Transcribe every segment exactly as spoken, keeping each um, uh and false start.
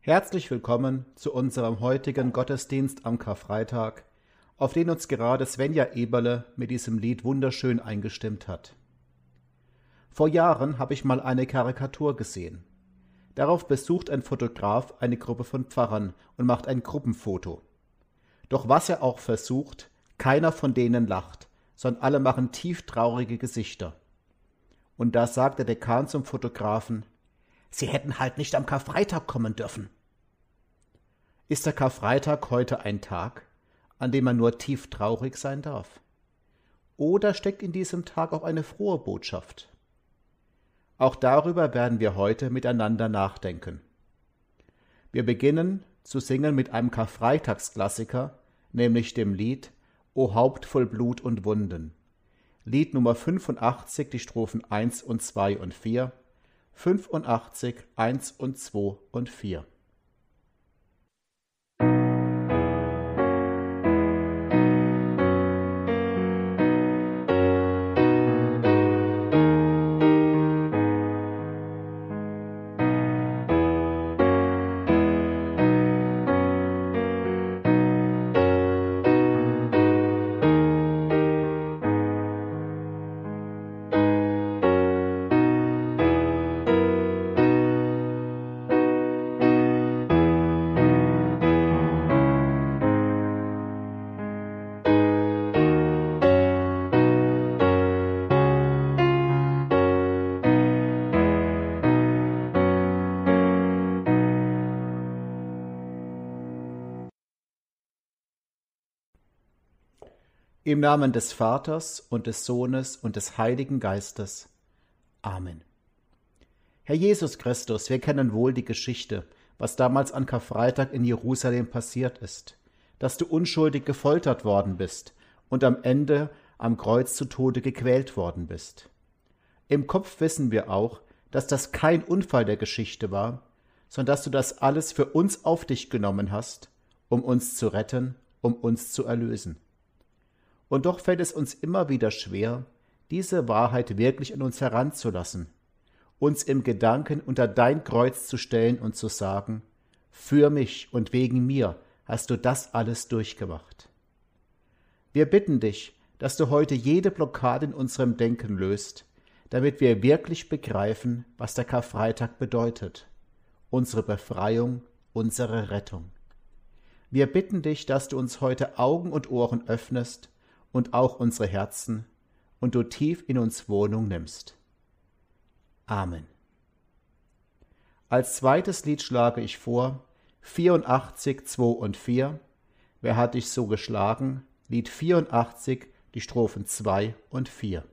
Herzlich willkommen zu unserem heutigen Gottesdienst am Karfreitag, auf den uns gerade Svenja Eberle mit diesem Lied wunderschön eingestimmt hat. Vor Jahren habe ich mal eine Karikatur gesehen. Darauf besucht ein Fotograf eine Gruppe von Pfarrern und macht ein Gruppenfoto. Doch was er auch versucht, keiner von denen lacht, sondern alle machen tieftraurige Gesichter. Und da sagt der Dekan zum Fotografen: Sie hätten halt nicht am Karfreitag kommen dürfen. Ist der Karfreitag heute ein Tag, an dem man nur tief traurig sein darf? Oder steckt in diesem Tag auch eine frohe Botschaft? Auch darüber werden wir heute miteinander nachdenken. Wir beginnen zu singen mit einem Karfreitagsklassiker, nämlich dem Lied O Haupt voll Blut und Wunden. Lied Nummer fünfundachtzig, die Strophen eins und zwei und vier, fünfundachtzig, eins und zwei und vier. Im Namen des Vaters und des Sohnes und des Heiligen Geistes. Amen. Herr Jesus Christus, wir kennen wohl die Geschichte, was damals an Karfreitag in Jerusalem passiert ist, dass du unschuldig gefoltert worden bist und am Ende am Kreuz zu Tode gequält worden bist. Im Kopf wissen wir auch, dass das kein Unfall der Geschichte war, sondern dass du das alles für uns auf dich genommen hast, um uns zu retten, um uns zu erlösen. Und doch fällt es uns immer wieder schwer, diese Wahrheit wirklich an uns heranzulassen, uns im Gedanken unter dein Kreuz zu stellen und zu sagen: Für mich und wegen mir hast du das alles durchgemacht. Wir bitten dich, dass du heute jede Blockade in unserem Denken löst, damit wir wirklich begreifen, was der Karfreitag bedeutet, unsere Befreiung, unsere Rettung. Wir bitten dich, dass du uns heute Augen und Ohren öffnest und auch unsere Herzen, und du tief in uns Wohnung nimmst. Amen. Als zweites Lied schlage ich vor vierundachtzig, zwei und vier. Wer hat dich so geschlagen? Lied vierundachtzig, die Strophen zwei und vier.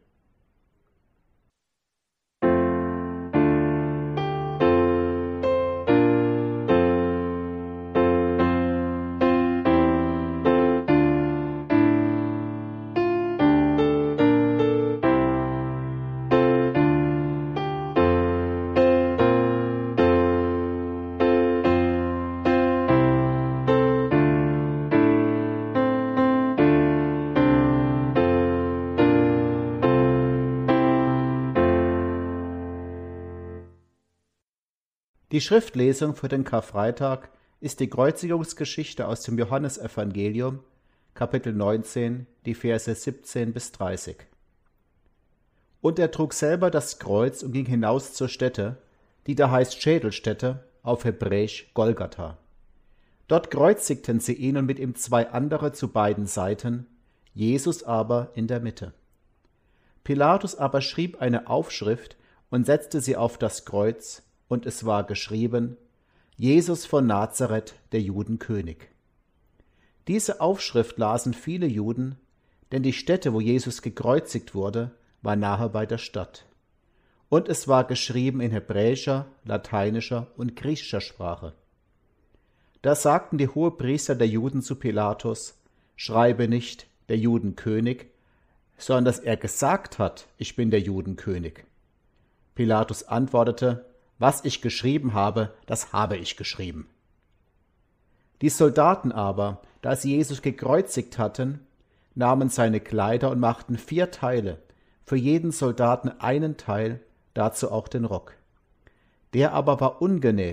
Die Schriftlesung für den Karfreitag ist die Kreuzigungsgeschichte aus dem Johannesevangelium, Kapitel neunzehn, die Verse siebzehn bis dreißig. Und er trug selber das Kreuz und ging hinaus zur Stätte, die da heißt Schädelstätte, auf Hebräisch Golgatha. Dort kreuzigten sie ihn und mit ihm zwei andere zu beiden Seiten, Jesus aber in der Mitte. Pilatus aber schrieb eine Aufschrift und setzte sie auf das Kreuz, und es war geschrieben: Jesus von Nazareth, der Judenkönig. Diese Aufschrift lasen viele Juden, denn die Stätte, wo Jesus gekreuzigt wurde, war nahe bei der Stadt. Und es war geschrieben in hebräischer, lateinischer und griechischer Sprache. Da sagten die Hohepriester der Juden zu Pilatus: Schreibe nicht der Judenkönig, sondern dass er gesagt hat: Ich bin der Judenkönig. Pilatus antwortete: Was ich geschrieben habe, das habe ich geschrieben. Die Soldaten aber, da sie Jesus gekreuzigt hatten, nahmen seine Kleider und machten vier Teile, für jeden Soldaten einen Teil, dazu auch den Rock. Der aber war ungenäht,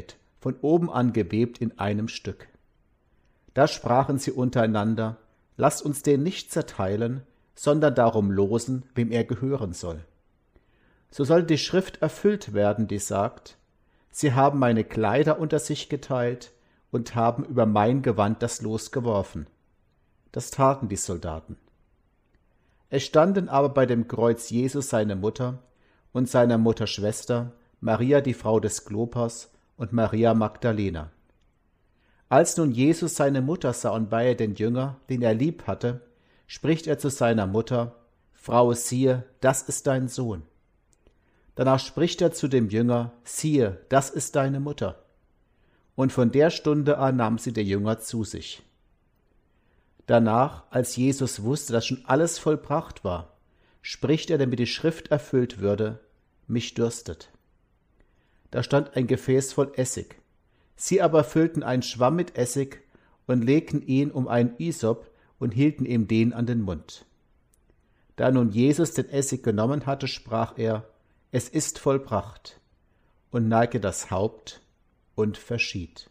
von oben an gewebt in einem Stück. Da sprachen sie untereinander: Lasst uns den nicht zerteilen, sondern darum losen, wem er gehören soll. So soll die Schrift erfüllt werden, die sagt: Sie haben meine Kleider unter sich geteilt und haben über mein Gewand das Los geworfen. Das taten die Soldaten. Es standen aber bei dem Kreuz Jesus seine Mutter und seiner Mutter Schwester, Maria die Frau des Klopas und Maria Magdalena. Als nun Jesus seine Mutter sah und bei ihr den Jünger, den er lieb hatte, spricht er zu seiner Mutter: Frau, siehe, das ist dein Sohn. Danach spricht er zu dem Jünger: Siehe, das ist deine Mutter. Und von der Stunde an nahm sie der Jünger zu sich. Danach, als Jesus wusste, dass schon alles vollbracht war, spricht er, damit die Schrift erfüllt würde: Mich dürstet. Da stand ein Gefäß voll Essig. Sie aber füllten einen Schwamm mit Essig und legten ihn um einen Isop und hielten ihm den an den Mund. Da nun Jesus den Essig genommen hatte, sprach er: Es ist vollbracht, und neigte das Haupt und verschied.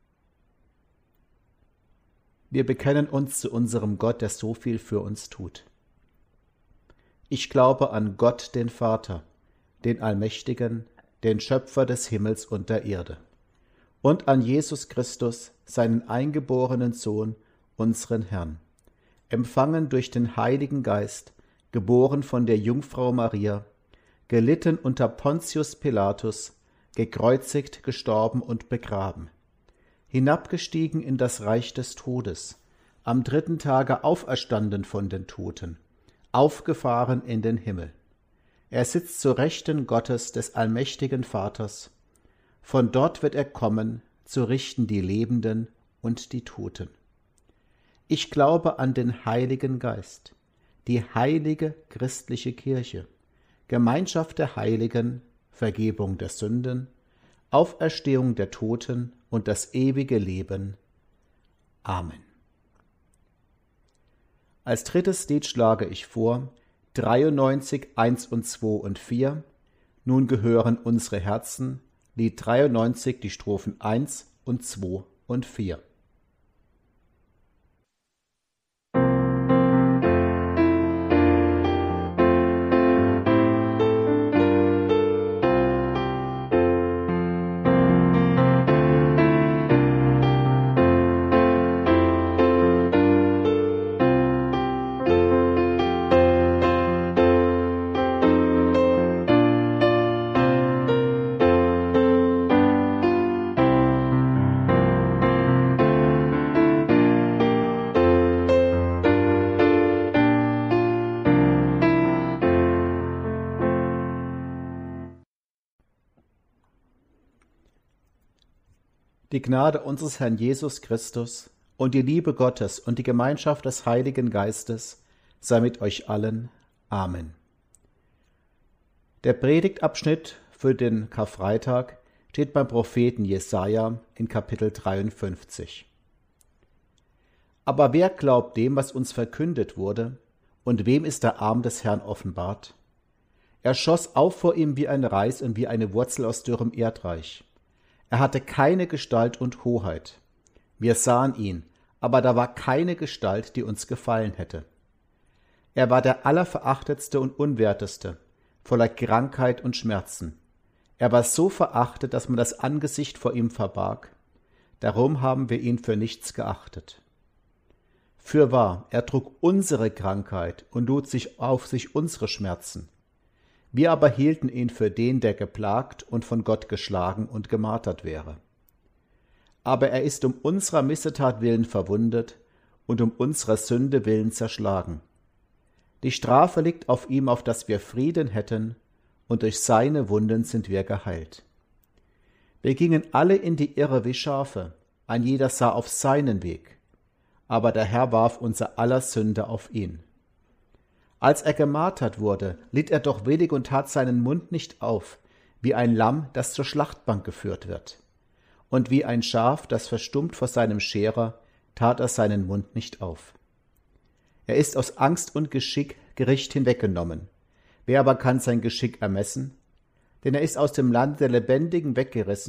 Wir bekennen uns zu unserem Gott, der so viel für uns tut. Ich glaube an Gott, den Vater, den Allmächtigen, den Schöpfer des Himmels und der Erde, und an Jesus Christus, seinen eingeborenen Sohn, unseren Herrn, empfangen durch den Heiligen Geist, geboren von der Jungfrau Maria, gelitten unter Pontius Pilatus, gekreuzigt, gestorben und begraben, hinabgestiegen in das Reich des Todes, am dritten Tage auferstanden von den Toten, aufgefahren in den Himmel. Er sitzt zur Rechten Gottes des allmächtigen Vaters. Von dort wird er kommen, zu richten die Lebenden und die Toten. Ich glaube an den Heiligen Geist, die heilige christliche Kirche, Gemeinschaft der Heiligen, Vergebung der Sünden, Auferstehung der Toten und das ewige Leben. Amen. Als drittes Lied schlage ich vor dreiundneunzig, eins und zwei und vier. Nun gehören unsere Herzen, Lied dreiundneunzig, die Strophen eins und zwei und vier. Die Gnade unseres Herrn Jesus Christus und die Liebe Gottes und die Gemeinschaft des Heiligen Geistes sei mit euch allen. Amen. Der Predigtabschnitt für den Karfreitag steht beim Propheten Jesaja in Kapitel dreiundfünfzig. Aber wer glaubt dem, was uns verkündet wurde, und wem ist der Arm des Herrn offenbart? Er schoss auf vor ihm wie ein Reis und wie eine Wurzel aus dürrem Erdreich. Er hatte keine Gestalt und Hoheit. Wir sahen ihn, aber da war keine Gestalt, die uns gefallen hätte. Er war der Allerverachtetste und Unwerteste, voller Krankheit und Schmerzen. Er war so verachtet, dass man das Angesicht vor ihm verbarg. Darum haben wir ihn für nichts geachtet. Fürwahr, er trug unsere Krankheit und lud sich auf sich unsere Schmerzen. Wir aber hielten ihn für den, der geplagt und von Gott geschlagen und gemartert wäre. Aber er ist um unserer Missetat willen verwundet und um unserer Sünde willen zerschlagen. Die Strafe liegt auf ihm, auf dass wir Frieden hätten, und durch seine Wunden sind wir geheilt. Wir gingen alle in die Irre wie Schafe, ein jeder sah auf seinen Weg, aber der Herr warf unser aller Sünde auf ihn. Als er gemartert wurde, litt er doch willig und tat seinen Mund nicht auf, wie ein Lamm, das zur Schlachtbank geführt wird. Und wie ein Schaf, das verstummt vor seinem Scherer, tat er seinen Mund nicht auf. Er ist aus Angst und Geschick Gericht hinweggenommen. Wer aber kann sein Geschick ermessen? Denn er ist aus dem Land der Lebendigen weggerissen,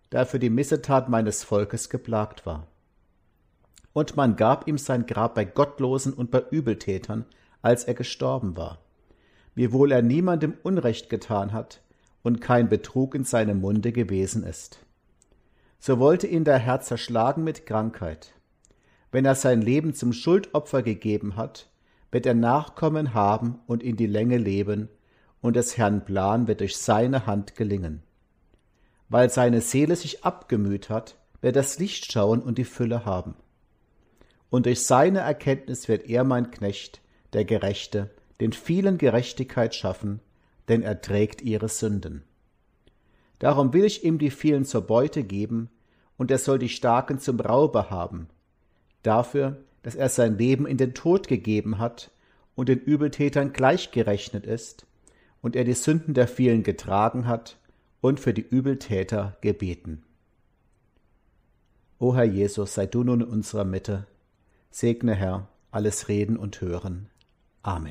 da er für die Missetat meines Volkes geplagt war. Und man gab ihm sein Grab bei Gottlosen und bei Übeltätern, als er gestorben war, wiewohl er niemandem Unrecht getan hat und kein Betrug in seinem Munde gewesen ist. So wollte ihn der Herr zerschlagen mit Krankheit. Wenn er sein Leben zum Schuldopfer gegeben hat, wird er Nachkommen haben und in die Länge leben, und des Herrn Plan wird durch seine Hand gelingen. Weil seine Seele sich abgemüht hat, wird das Licht schauen und die Fülle haben. Und durch seine Erkenntnis wird er, mein Knecht, der Gerechte, den vielen Gerechtigkeit schaffen, denn er trägt ihre Sünden. Darum will ich ihm die vielen zur Beute geben, und er soll die Starken zum Raube haben, dafür, dass er sein Leben in den Tod gegeben hat und den Übeltätern gleichgerechnet ist, und er die Sünden der vielen getragen hat und für die Übeltäter gebeten. O Herr Jesus, sei du nun in unserer Mitte. Segne, Herr, alles Reden und Hören. Amen.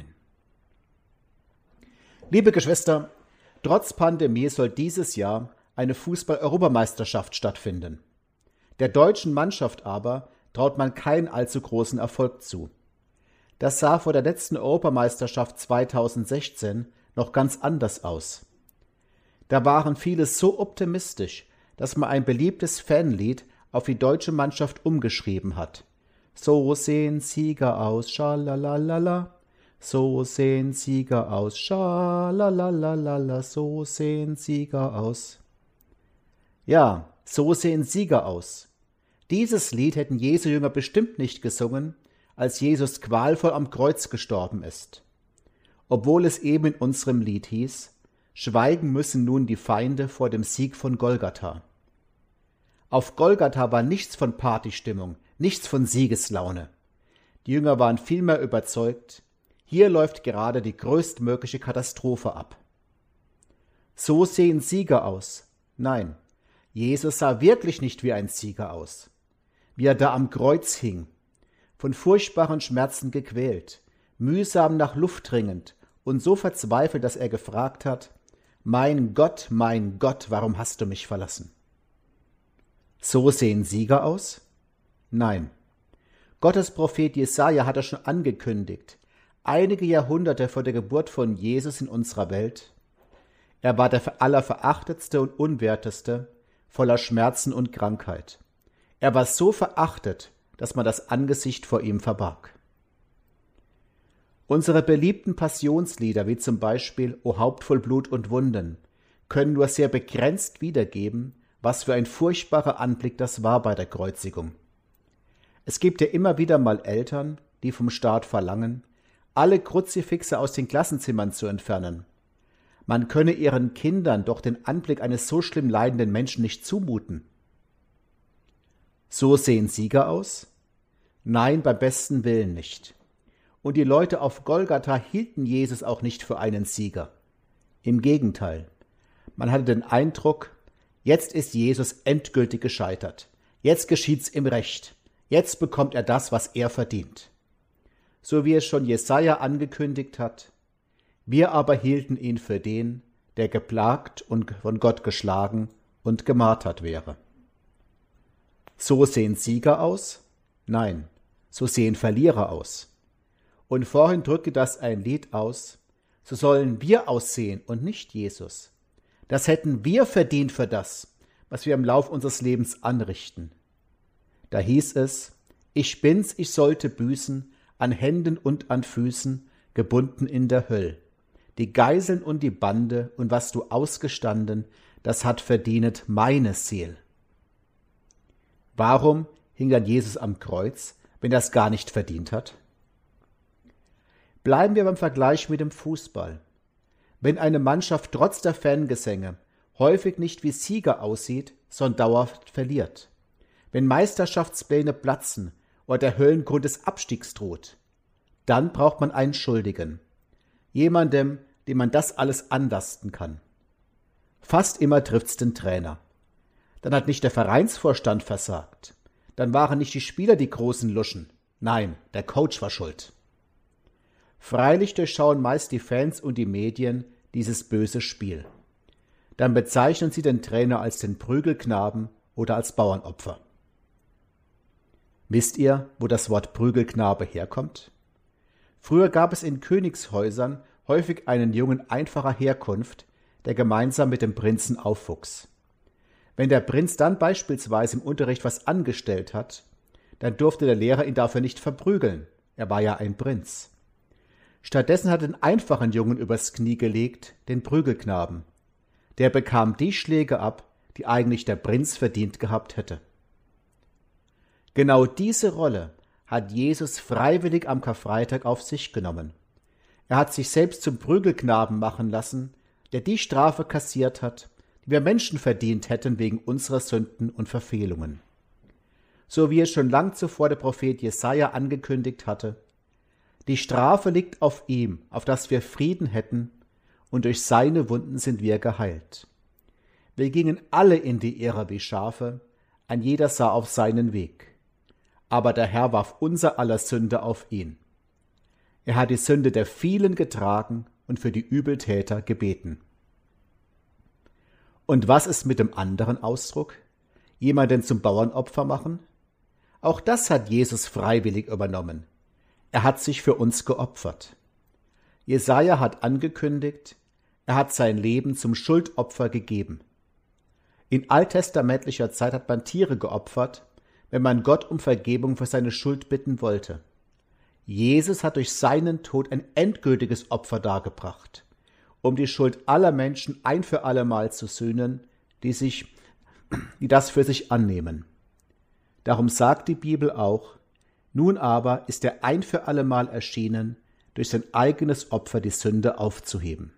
Liebe Geschwister, trotz Pandemie soll dieses Jahr eine Fußball-Europameisterschaft stattfinden. Der deutschen Mannschaft aber traut man keinen allzu großen Erfolg zu. Das sah vor der letzten Europameisterschaft zweitausendsechzehn noch ganz anders aus. Da waren viele so optimistisch, dass man ein beliebtes Fanlied auf die deutsche Mannschaft umgeschrieben hat. So sehen Sieger aus, schalalalala. So sehen Sieger aus, schalalalala. So sehen Sieger aus. Ja, so sehen Sieger aus. Dieses Lied hätten Jesu Jünger bestimmt nicht gesungen, als Jesus qualvoll am Kreuz gestorben ist. Obwohl es eben in unserem Lied hieß, schweigen müssen nun die Feinde vor dem Sieg von Golgatha. Auf Golgatha war nichts von Partystimmung, nichts von Siegeslaune. Die Jünger waren vielmehr überzeugt, hier läuft gerade die größtmögliche Katastrophe ab. So sehen Sieger aus. Nein, Jesus sah wirklich nicht wie ein Sieger aus. Wie er da am Kreuz hing, von furchtbaren Schmerzen gequält, mühsam nach Luft ringend und so verzweifelt, dass er gefragt hat: Mein Gott, mein Gott, warum hast du mich verlassen? So sehen Sieger aus? Nein. Gottes Prophet Jesaja hat es schon angekündigt, einige Jahrhunderte vor der Geburt von Jesus in unserer Welt. Er war der allerverachtetste und unwerteste, voller Schmerzen und Krankheit. Er war so verachtet, dass man das Angesicht vor ihm verbarg. Unsere beliebten Passionslieder, wie zum Beispiel O Haupt voll Blut und Wunden, können nur sehr begrenzt wiedergeben, was für ein furchtbarer Anblick das war bei der Kreuzigung. Es gibt ja immer wieder mal Eltern, die vom Staat verlangen, alle Kruzifixe aus den Klassenzimmern zu entfernen. Man könne ihren Kindern doch den Anblick eines so schlimm leidenden Menschen nicht zumuten. So sehen Sieger aus? Nein, beim besten Willen nicht. Und die Leute auf Golgatha hielten Jesus auch nicht für einen Sieger. Im Gegenteil, man hatte den Eindruck, jetzt ist Jesus endgültig gescheitert. Jetzt geschieht's ihm recht. Jetzt bekommt er das, was er verdient. So wie es schon Jesaja angekündigt hat: Wir aber hielten ihn für den, der geplagt und von Gott geschlagen und gemartert wäre. So sehen Sieger aus? Nein, so sehen Verlierer aus. Und vorhin drückte das ein Lied aus: So sollen wir aussehen und nicht Jesus. Das hätten wir verdient für das, was wir im Lauf unseres Lebens anrichten. Da hieß es: Ich bin's, ich sollte büßen, an Händen und an Füßen, gebunden in der Höll. Die Geiseln und die Bande und was du ausgestanden, das hat verdienet meine Seel. Warum hing dann Jesus am Kreuz, wenn er es gar nicht verdient hat? Bleiben wir beim Vergleich mit dem Fußball. Wenn eine Mannschaft trotz der Fangesänge häufig nicht wie Sieger aussieht, sondern dauerhaft verliert, wenn Meisterschaftspläne platzen oder der Höllengrund des Abstiegs droht, dann braucht man einen Schuldigen, jemandem, dem man das alles anlasten kann. Fast immer trifft's den Trainer. Dann hat nicht der Vereinsvorstand versagt, dann waren nicht die Spieler die großen Luschen, nein, der Coach war schuld. Freilich durchschauen meist die Fans und die Medien dieses böse Spiel. dann bezeichnen sie den Trainer als den Prügelknaben oder als Bauernopfer. Wisst ihr, wo das Wort Prügelknabe herkommt? Früher gab es in Königshäusern häufig einen Jungen einfacher Herkunft, der gemeinsam mit dem Prinzen aufwuchs. Wenn der Prinz dann beispielsweise im Unterricht was angestellt hat, dann durfte der Lehrer ihn dafür nicht verprügeln, er war ja ein Prinz. Stattdessen hat er den einfachen Jungen übers Knie gelegt, den Prügelknaben. Der bekam die Schläge ab, die eigentlich der Prinz verdient gehabt hätte. Genau diese Rolle hat Jesus freiwillig am Karfreitag auf sich genommen. Er hat sich selbst zum Prügelknaben machen lassen, der die Strafe kassiert hat, die wir Menschen verdient hätten wegen unserer Sünden und Verfehlungen. So wie es schon lang zuvor der Prophet Jesaja angekündigt hatte: Die Strafe liegt auf ihm, auf dass wir Frieden hätten, und durch seine Wunden sind wir geheilt. Wir gingen alle in die Irre wie Schafe, ein jeder sah auf seinen Weg. Aber der Herr warf unser aller Sünde auf ihn. Er hat die Sünde der vielen getragen und für die Übeltäter gebeten. Und was ist mit dem anderen Ausdruck? Jemanden zum Bauernopfer machen? Auch das hat Jesus freiwillig übernommen. Er hat sich für uns geopfert. Jesaja hat angekündigt, er hat sein Leben zum Schuldopfer gegeben. In alttestamentlicher Zeit hat man Tiere geopfert, wenn man Gott um Vergebung für seine Schuld bitten wollte. Jesus hat durch seinen Tod ein endgültiges Opfer dargebracht, um die Schuld aller Menschen ein für allemal zu sühnen, die sich, die das für sich annehmen. Darum sagt die Bibel auch: Nun aber ist er ein für allemal erschienen, durch sein eigenes Opfer die Sünde aufzuheben.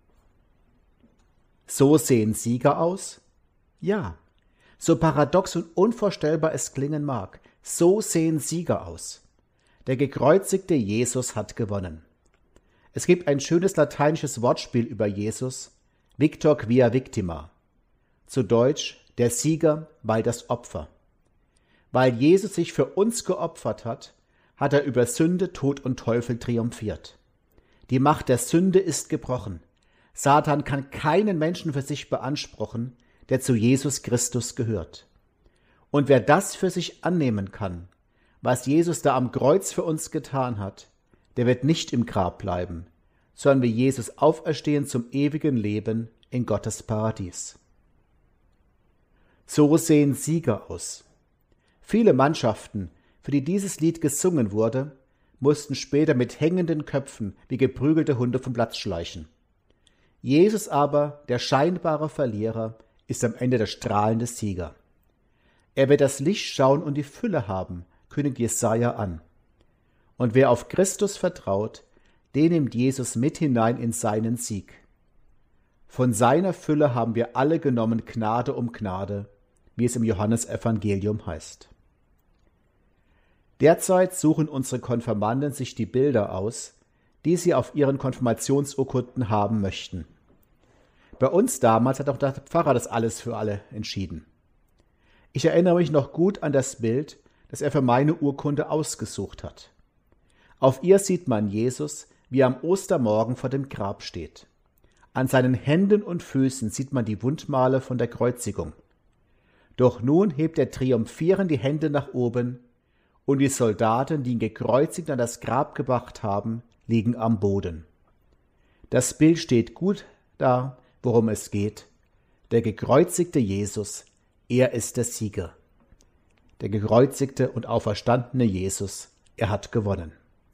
So sehen Sieger aus? Ja. So paradox und unvorstellbar es klingen mag, so sehen Sieger aus. Der gekreuzigte Jesus hat gewonnen. Es gibt ein schönes lateinisches Wortspiel über Jesus: Victor quia victima. Zu Deutsch: der Sieger, weil das Opfer. Weil Jesus sich für uns geopfert hat, hat er über Sünde, Tod und Teufel triumphiert. Die Macht der Sünde ist gebrochen. Satan kann keinen Menschen für sich beanspruchen, der zu Jesus Christus gehört. Und wer das für sich annehmen kann, was Jesus da am Kreuz für uns getan hat, der wird nicht im Grab bleiben, sondern wie Jesus auferstehen zum ewigen Leben in Gottes Paradies. So sehen Sieger aus. Viele Mannschaften, für die dieses Lied gesungen wurde, mussten später mit hängenden Köpfen wie geprügelte Hunde vom Platz schleichen. Jesus aber, der scheinbare Verlierer, ist am Ende der strahlende Sieger. Er wird das Licht schauen und die Fülle haben, kündigt Jesaja an. Und wer auf Christus vertraut, den nimmt Jesus mit hinein in seinen Sieg. Von seiner Fülle haben wir alle genommen, Gnade um Gnade, wie es im Johannesevangelium heißt. Derzeit suchen unsere Konfirmanden sich die Bilder aus, die sie auf ihren Konfirmationsurkunden haben möchten. Bei uns damals hat auch der Pfarrer das alles für alle entschieden. Ich erinnere mich noch gut an das Bild, das er für meine Urkunde ausgesucht hat. Auf ihr sieht man Jesus, wie er am Ostermorgen vor dem Grab steht. An seinen Händen und Füßen sieht man die Wundmale von der Kreuzigung. Doch nun hebt er triumphierend die Hände nach oben, und die Soldaten, die ihn gekreuzigt an das Grab gebracht haben, liegen am Boden. Das Bild steht gut da, worum es geht. Der gekreuzigte Jesus, er ist der Sieger. Der gekreuzigte und auferstandene Jesus, er hat gewonnen.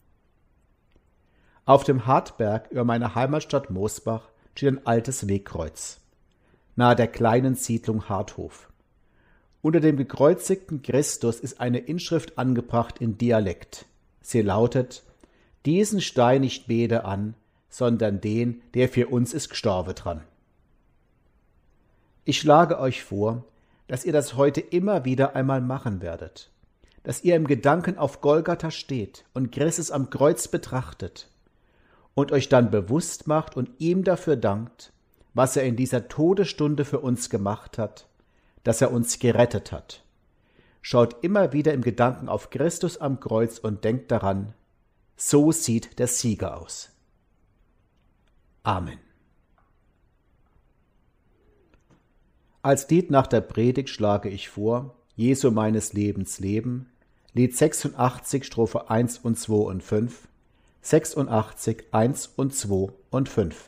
Auf dem Hartberg über meiner Heimatstadt Mosbach steht ein altes Wegkreuz, nahe der kleinen Siedlung Harthof. Unter dem gekreuzigten Christus ist eine Inschrift angebracht in Dialekt. Sie lautet: Diesen Stein nicht bete an, sondern den, der für uns ist gestorben dran. Ich schlage euch vor, dass ihr das heute immer wieder einmal machen werdet, dass ihr im Gedanken auf Golgatha steht und Christus am Kreuz betrachtet und euch dann bewusst macht und ihm dafür dankt, was er in dieser Todesstunde für uns gemacht hat, dass er uns gerettet hat. Schaut immer wieder im Gedanken auf Christus am Kreuz und denkt daran: So sieht der Sieger aus. Amen. Als Lied nach der Predigt schlage ich vor Jesu meines Lebens Leben, Lied sechsundachtzig, Strophe eins und zwei und fünf, sechsundachtzig, eins und zwei und fünf.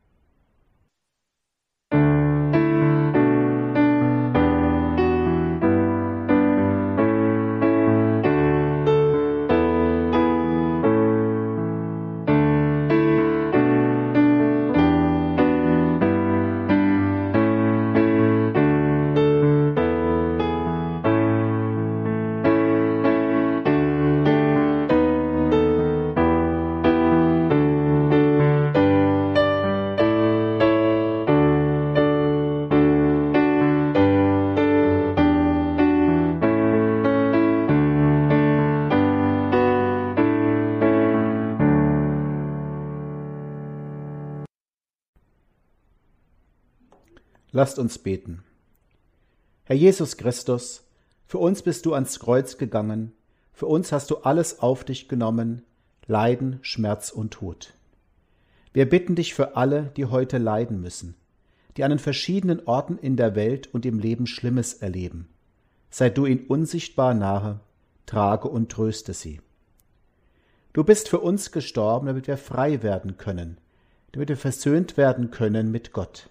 Lasst uns beten. Herr Jesus Christus, für uns bist du ans Kreuz gegangen, für uns hast du alles auf dich genommen, Leiden, Schmerz und Tod. Wir bitten dich für alle, die heute leiden müssen, die an den verschiedenen Orten in der Welt und im Leben Schlimmes erleben. Sei du ihnen unsichtbar nahe, trage und tröste sie. Du bist für uns gestorben, damit wir frei werden können, damit wir versöhnt werden können mit Gott.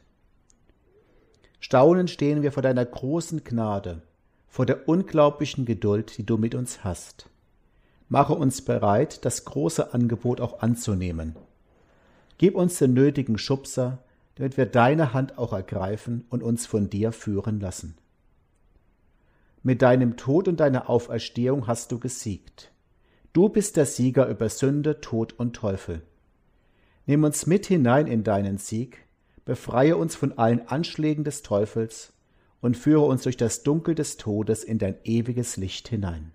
Staunend stehen wir vor deiner großen Gnade, vor der unglaublichen Geduld, die du mit uns hast. Mache uns bereit, das große Angebot auch anzunehmen. Gib uns den nötigen Schubser, damit wir deine Hand auch ergreifen und uns von dir führen lassen. Mit deinem Tod und deiner Auferstehung hast du gesiegt. Du bist der Sieger über Sünde, Tod und Teufel. Nimm uns mit hinein in deinen Sieg, befreie uns von allen Anschlägen des Teufels und führe uns durch das Dunkel des Todes in dein ewiges Licht hinein.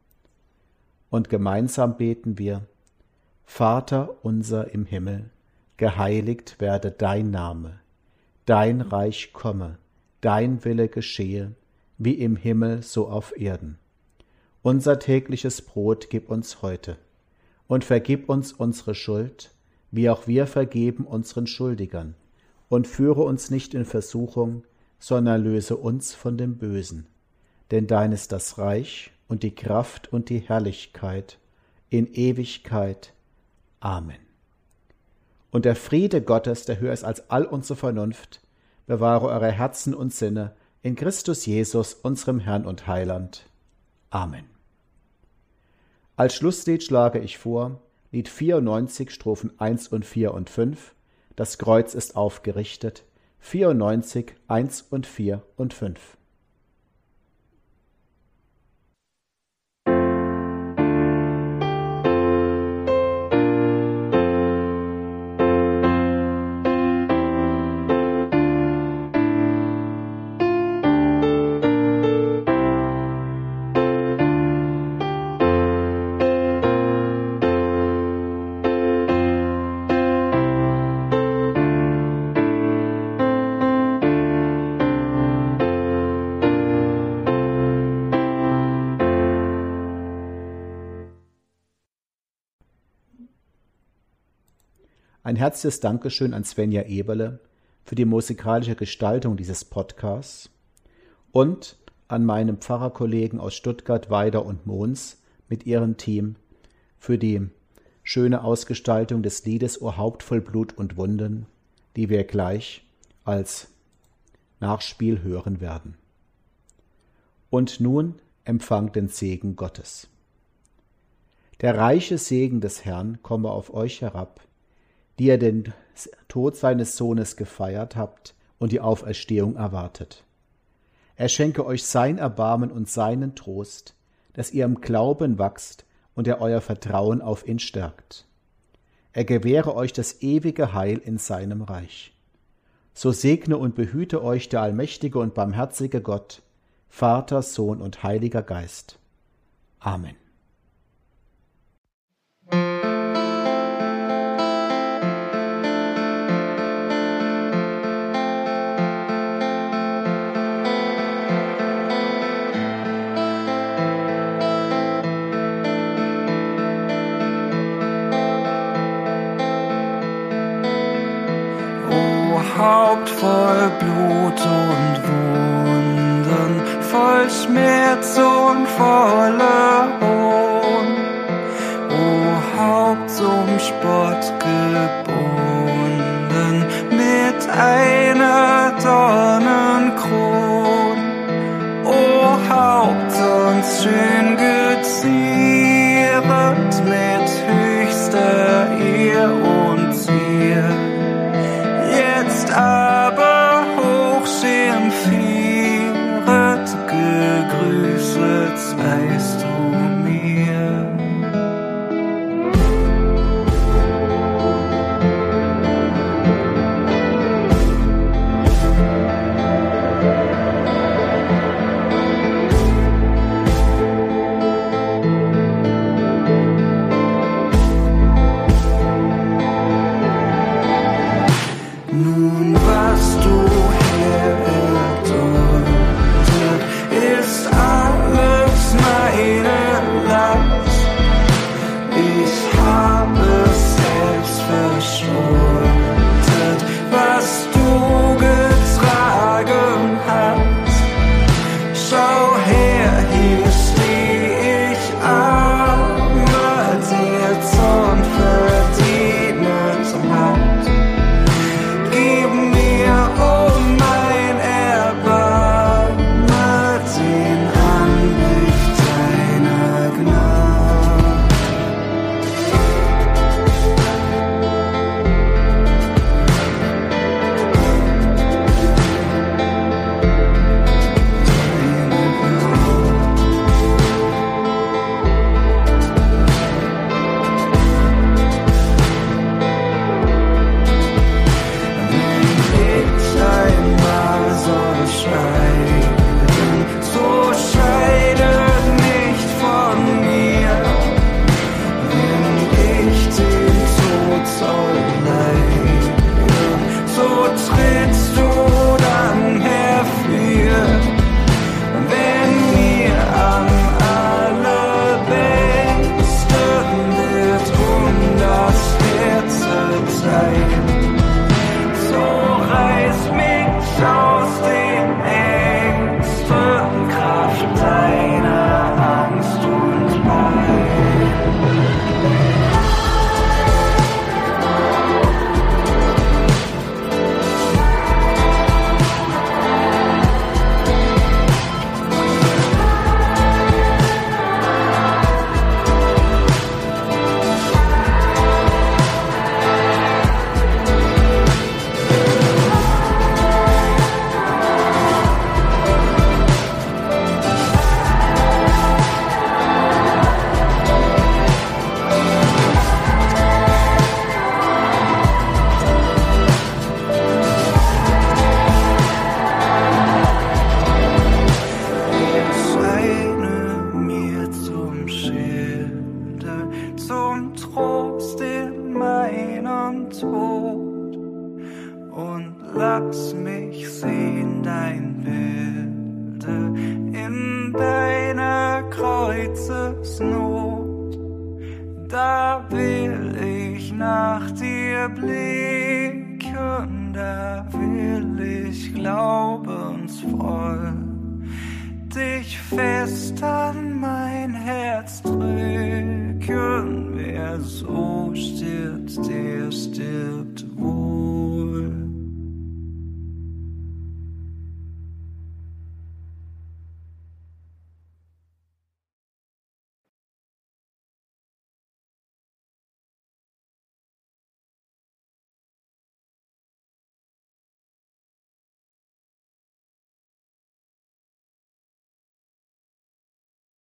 Und gemeinsam beten wir: Vater unser im Himmel, geheiligt werde dein Name, dein Reich komme, dein Wille geschehe, wie im Himmel so auf Erden. Unser tägliches Brot gib uns heute und vergib uns unsere Schuld, wie auch wir vergeben unseren Schuldigern. Und führe uns nicht in Versuchung, sondern löse uns von dem Bösen. Denn dein ist das Reich und die Kraft und die Herrlichkeit in Ewigkeit. Amen. Und der Friede Gottes, der höher ist als all unsere Vernunft, bewahre eure Herzen und Sinne in Christus Jesus, unserem Herrn und Heiland. Amen. Als Schlusslied schlage ich vor Lied vierundneunzig, Strophen eins und vier und fünf, Das Kreuz ist aufgerichtet, vierundneunzig, eins und vier und fünf. Ein herzliches Dankeschön an Svenja Eberle für die musikalische Gestaltung dieses Podcasts und an meinen Pfarrerkollegen aus Stuttgart, Weida und Mons mit ihrem Team für die schöne Ausgestaltung des Liedes O Haupt voll Blut und Wunden, die wir gleich als Nachspiel hören werden. Und nun empfangt den Segen Gottes. Der reiche Segen des Herrn komme auf euch herab, die ihr den Tod seines Sohnes gefeiert habt und die Auferstehung erwartet. Er schenke euch sein Erbarmen und seinen Trost, dass ihr im Glauben wachst und er euer Vertrauen auf ihn stärkt. Er gewähre euch das ewige Heil in seinem Reich. So segne und behüte euch der allmächtige und barmherzige Gott, Vater, Sohn und Heiliger Geist. Amen. Haupt voll Blut und voll Schmerz und voller Hohn. O Haupt zum Spott gebunden mit einer Dornenkron. O Haupt sonst schön gezieret mit höchster Ehr und Zier. Jetzt aber hochschirmfieret, gegrüßet seist du mir. Nun was du Herr erduldet, ist alles meine Last. Ich habe es selbst verschuldet, was du getragen hast. Schau her, hier steh ich arme, der Zorn verdient hat. Gib mir, oh mein Erbarme, den Anblick deiner Gnade. Deine Gnade. Wenn ich einmal soll scheiden, so scheide nicht von mir. Wenn ich den Tod soll leiden, so trittst du dann herfür. Wenn mir am allerbesten wird um das Herz teilen, so reiß mich aus den Ängsten, Kraft deiner Angst und Pein. Erscheine mir zum Schilde, zum Trost in meinem Tod, und lass mich sehen dein Bilde in deiner Kreuzesnot. Da will ich nach dir blicken, da will ich glaubensvoll dich fest an mein Herz drücken. Wer so still